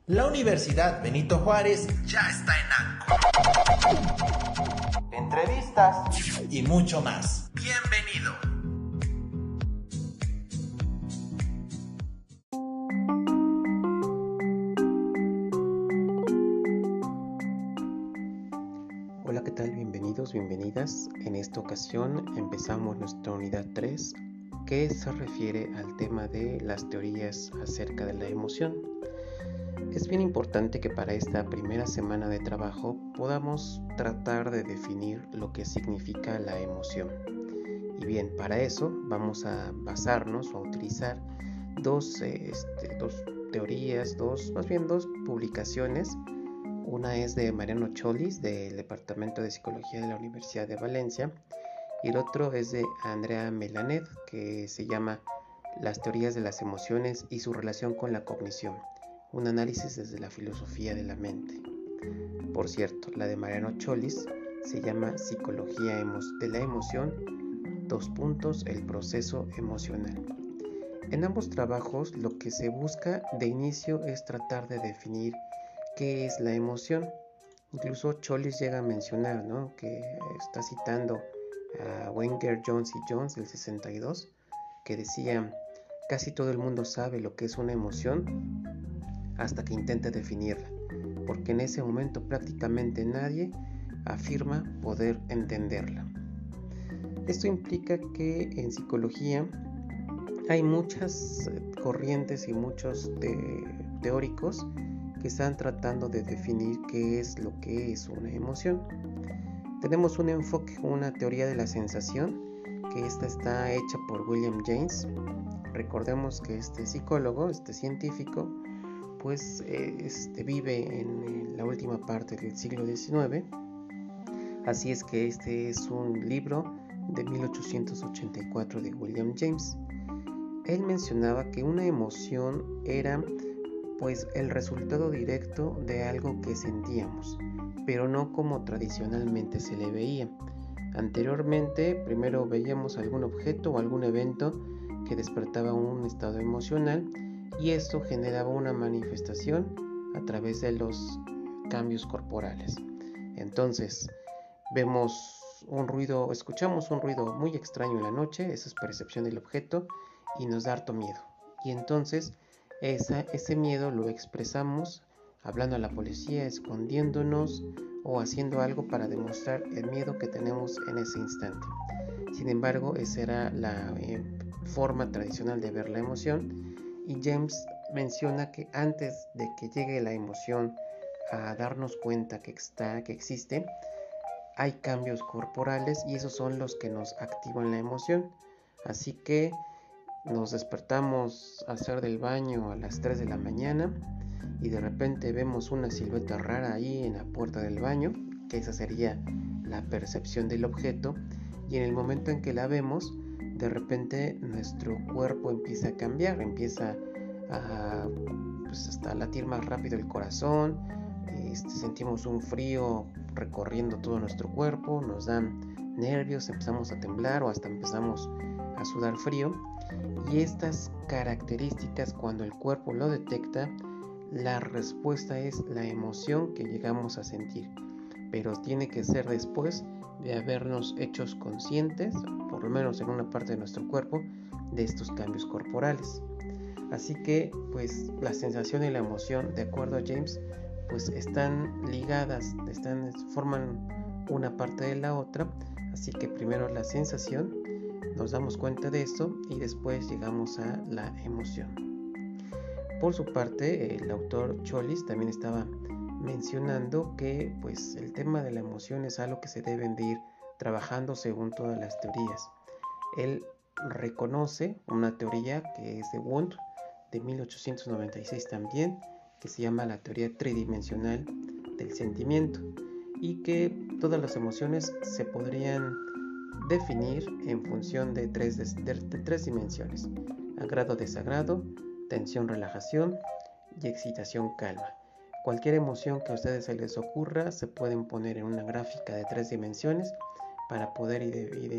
La Universidad Benito Juárez ya está en Anchor. Entrevistas y mucho más. Bienvenido. Hola, ¿qué tal? Bienvenidos, bienvenidas. En esta ocasión empezamos nuestra unidad 3, que se refiere al tema de las teorías acerca de la emoción. Es bien importante que para esta primera semana de trabajo podamos tratar de definir lo que significa la emoción. Y bien, para eso vamos a basarnos o a utilizar dos teorías, dos publicaciones. Una es de Mariano Chollis, del Departamento de Psicología de la Universidad de Valencia, y el otro es de Andrea Melamed, que se llama Las teorías de las emociones y su relación con la cognición, un análisis desde la filosofía de la mente. Por cierto, la de Mariano Chollis se llama Psicología de la emoción, el proceso emocional. En ambos trabajos lo que se busca de inicio es tratar de definir qué es la emoción. Incluso Chollis llega a mencionar, ¿no?, que está citando a Wenger, Jones y Jones del 62, que decía: casi todo el mundo sabe lo que es una emoción hasta que intenta definirla, porque en ese momento prácticamente nadie afirma poder entenderla. Esto implica que en psicología hay muchas corrientes y muchos teóricos que están tratando de definir qué es lo que es una emoción. Tenemos un enfoque, una teoría de la sensación, que esta está hecha por William James. Recordemos que este psicólogo, este científico, pues vive en la última parte del siglo XIX. Así es que este es un libro de 1884 de William James. Él mencionaba que una emoción era pues el resultado directo de algo que sentíamos, pero no como tradicionalmente se le veía. Anteriormente, primero veíamos algún objeto o algún evento que despertaba un estado emocional, y esto generaba una manifestación a través de los cambios corporales. Entonces, escuchamos un ruido muy extraño en la noche, esa es percepción del objeto, y nos da harto miedo. Y entonces ese miedo lo expresamos hablando a la policía, escondiéndonos o haciendo algo para demostrar el miedo que tenemos en ese instante. Sin embargo, esa era la forma tradicional de ver la emoción, y James menciona que antes de que llegue la emoción a darnos cuenta que existe, hay cambios corporales, y esos son los que nos activan la emoción. Así que nos despertamos a hacer del baño a las 3 de la mañana y de repente vemos una silueta rara ahí en la puerta del baño, que esa sería la percepción del objeto, y en el momento en que la vemos, de repente nuestro cuerpo empieza a cambiar, empieza a hasta latir más rápido el corazón, sentimos un frío recorriendo todo nuestro cuerpo, nos dan nervios, empezamos a temblar o hasta empezamos a sudar frío. Y estas características, cuando el cuerpo lo detecta, la respuesta es la emoción que llegamos a sentir, pero tiene que ser después de habernos hecho conscientes, por lo menos en una parte de nuestro cuerpo, de estos cambios corporales. Así que pues la sensación y la emoción, de acuerdo a James, pues están ligadas, forman una parte de la otra. Así que primero la sensación, nos damos cuenta de esto, y después llegamos a la emoción. Por su parte, el autor Chollis también estaba mencionando que pues el tema de la emoción es algo que se deben de ir trabajando según todas las teorías. Él reconoce una teoría que es de Wundt, de 1896 también, que se llama la teoría tridimensional del sentimiento, y que todas las emociones se podrían definir en función de tres dimensiones: agrado, desagrado, tensión, relajación y excitación, calma. Cualquier emoción que a ustedes se les ocurra se pueden poner en una gráfica de 3 dimensiones para poder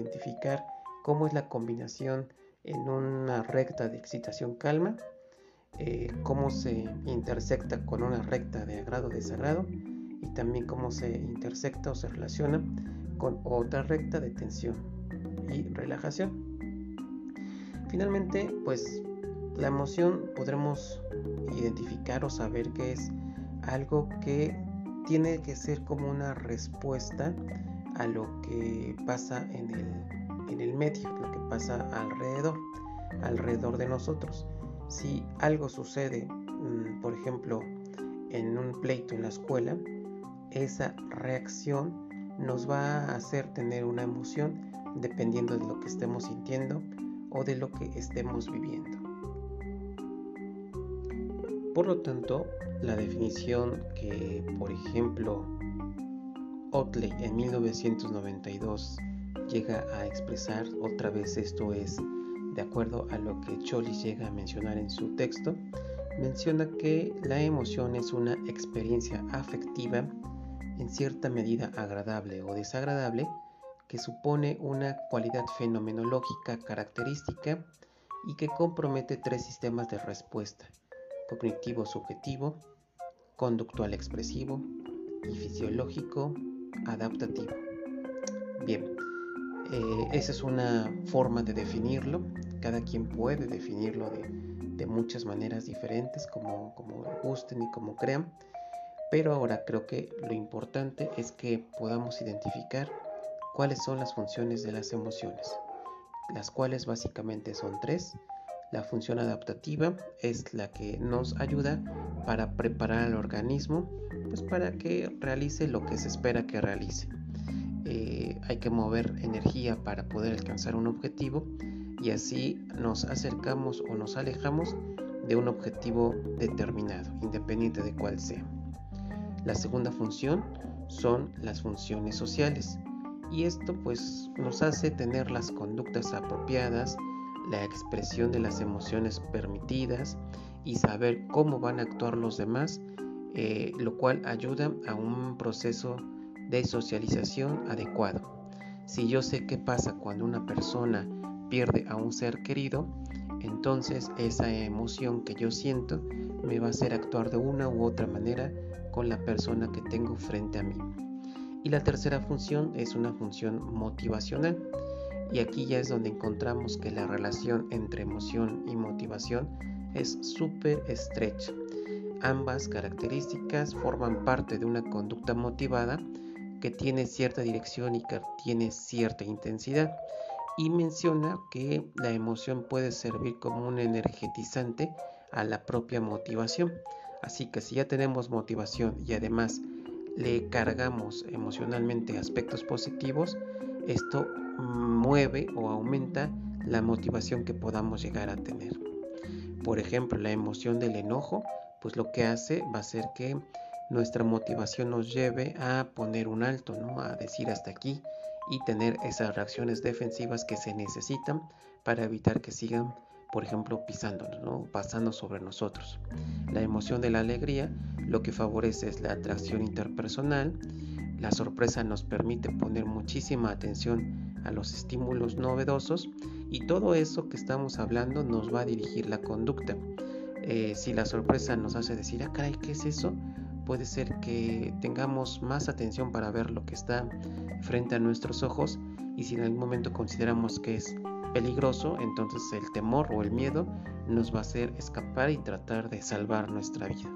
identificar cómo es la combinación en una recta de excitación, calma, cómo se intersecta con una recta de agrado o desagrado, y también cómo se intersecta o se relaciona con otra recta de tensión y relajación. Finalmente, pues la emoción podremos identificar o saber que es algo que tiene que ser como una respuesta a lo que pasa en el medio, lo que pasa alrededor de nosotros. Si algo sucede, por ejemplo, en un pleito en la escuela, esa reacción nos va a hacer tener una emoción dependiendo de lo que estemos sintiendo o de lo que estemos viviendo. Por lo tanto, la definición que, por ejemplo, Otley en 1992 llega a expresar, otra vez esto es de acuerdo a lo que Chollis llega a mencionar en su texto, menciona que la emoción es una experiencia afectiva en cierta medida agradable o desagradable que supone una cualidad fenomenológica característica y que compromete tres sistemas de respuesta: cognitivo subjetivo, conductual expresivo y fisiológico adaptativo. Bien, esa es una forma de definirlo. Cada quien puede definirlo de muchas maneras diferentes, como gusten y como crean. Pero ahora creo que lo importante es que podamos identificar cuáles son las funciones de las emociones, las cuales básicamente son tres. La función adaptativa es la que nos ayuda para preparar al organismo, pues para que realice lo que se espera que realice. Hay que mover energía para poder alcanzar un objetivo, y así nos acercamos o nos alejamos de un objetivo determinado, independiente de cuál sea. La segunda función son las funciones sociales, y esto pues nos hace tener las conductas apropiadas, la expresión de las emociones permitidas y saber cómo van a actuar los demás, lo cual ayuda a un proceso de socialización adecuado. Si yo sé qué pasa cuando una persona pierde a un ser querido, entonces esa emoción que yo siento me va a hacer actuar de una u otra manera con la persona que tengo frente a mí. Y la tercera función es una función motivacional, y aquí ya es donde encontramos que la relación entre emoción y motivación es súper estrecha. Ambas características forman parte de una conducta motivada que tiene cierta dirección y que tiene cierta intensidad, y menciona que la emoción puede servir como un energetizante a la propia motivación. Así que si ya tenemos motivación y además le cargamos emocionalmente aspectos positivos, esto mueve o aumenta la motivación que podamos llegar a tener. Por ejemplo, la emoción del enojo, pues lo que hace va a ser que nuestra motivación nos lleve a poner un alto, ¿no? A decir hasta aquí, y tener esas reacciones defensivas que se necesitan para evitar que sigan, por ejemplo, pisándonos, ¿no? Pasando sobre nosotros. La emoción de la alegría lo que favorece es la atracción interpersonal. La sorpresa nos permite poner muchísima atención a los estímulos novedosos, y todo eso que estamos hablando nos va a dirigir la conducta. Si la sorpresa nos hace decir, ah, caray, ¿qué es eso? Puede ser que tengamos más atención para ver lo que está frente a nuestros ojos, y si en algún momento consideramos que es peligroso, entonces el temor o el miedo nos va a hacer escapar y tratar de salvar nuestra vida.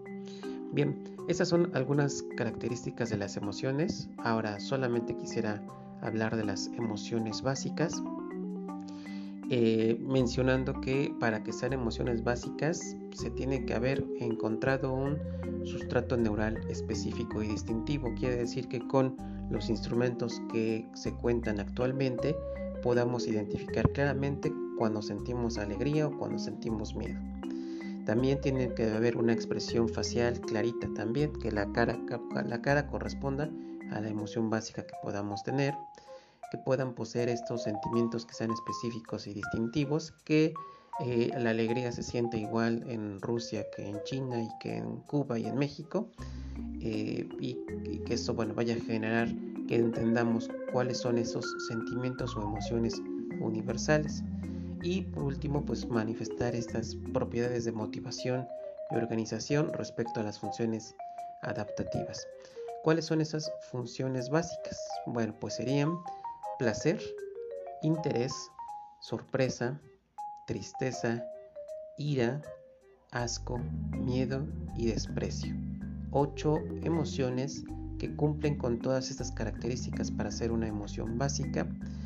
Bien, esas son algunas características de las emociones. Ahora solamente quisiera hablar de las emociones básicas, mencionando que para que sean emociones básicas se tiene que haber encontrado un sustrato neural específico y distintivo. Quiere decir que con los instrumentos que se cuentan actualmente podamos identificar claramente cuando sentimos alegría o cuando sentimos miedo. También tiene que haber una expresión facial clarita también, que la cara corresponda a la emoción básica que podamos tener, que puedan poseer estos sentimientos que sean específicos y distintivos, que la alegría se siente igual en Rusia que en China y que en Cuba y en México, y que eso vaya a generar que entendamos cuáles son esos sentimientos o emociones universales. Y por último, pues manifestar estas propiedades de motivación y organización respecto a las funciones adaptativas. ¿Cuáles son esas funciones básicas? Bueno, pues serían placer, interés, sorpresa, tristeza, ira, asco, miedo y desprecio. 8 emociones que cumplen con todas estas características para ser una emoción básica.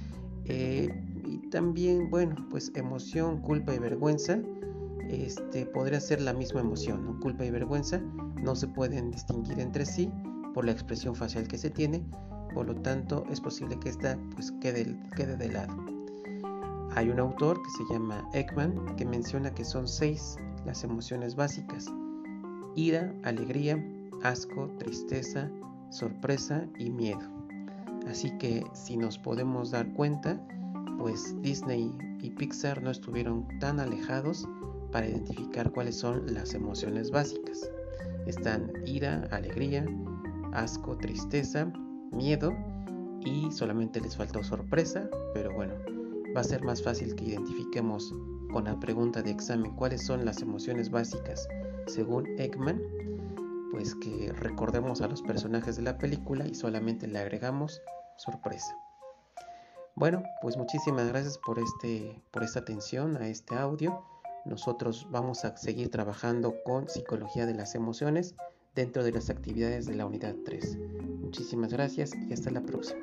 Y también, bueno, pues emoción, culpa y vergüenza, podría ser la misma emoción, ¿no? Culpa y vergüenza no se pueden distinguir entre sí por la expresión facial que se tiene, por lo tanto es posible que esta pues quede de lado. Hay un autor que se llama Ekman que menciona que son 6 las emociones básicas: ira, alegría, asco, tristeza, sorpresa y miedo. Así que si nos podemos dar cuenta, pues Disney y Pixar no estuvieron tan alejados para identificar cuáles son las emociones básicas. Están ira, alegría, asco, tristeza, miedo, y solamente les faltó sorpresa, pero bueno, va a ser más fácil que identifiquemos con la pregunta de examen cuáles son las emociones básicas según Ekman, pues que recordemos a los personajes de la película y solamente le agregamos sorpresa. Bueno, pues muchísimas gracias por esta atención a este audio. Nosotros vamos a seguir trabajando con psicología de las emociones dentro de las actividades de la unidad 3. Muchísimas gracias y hasta la próxima.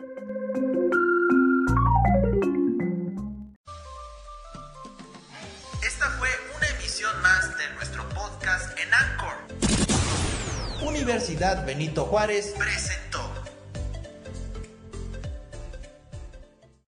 Esta fue una emisión más de nuestro podcast en Anchor. Universidad Benito Juárez presenta.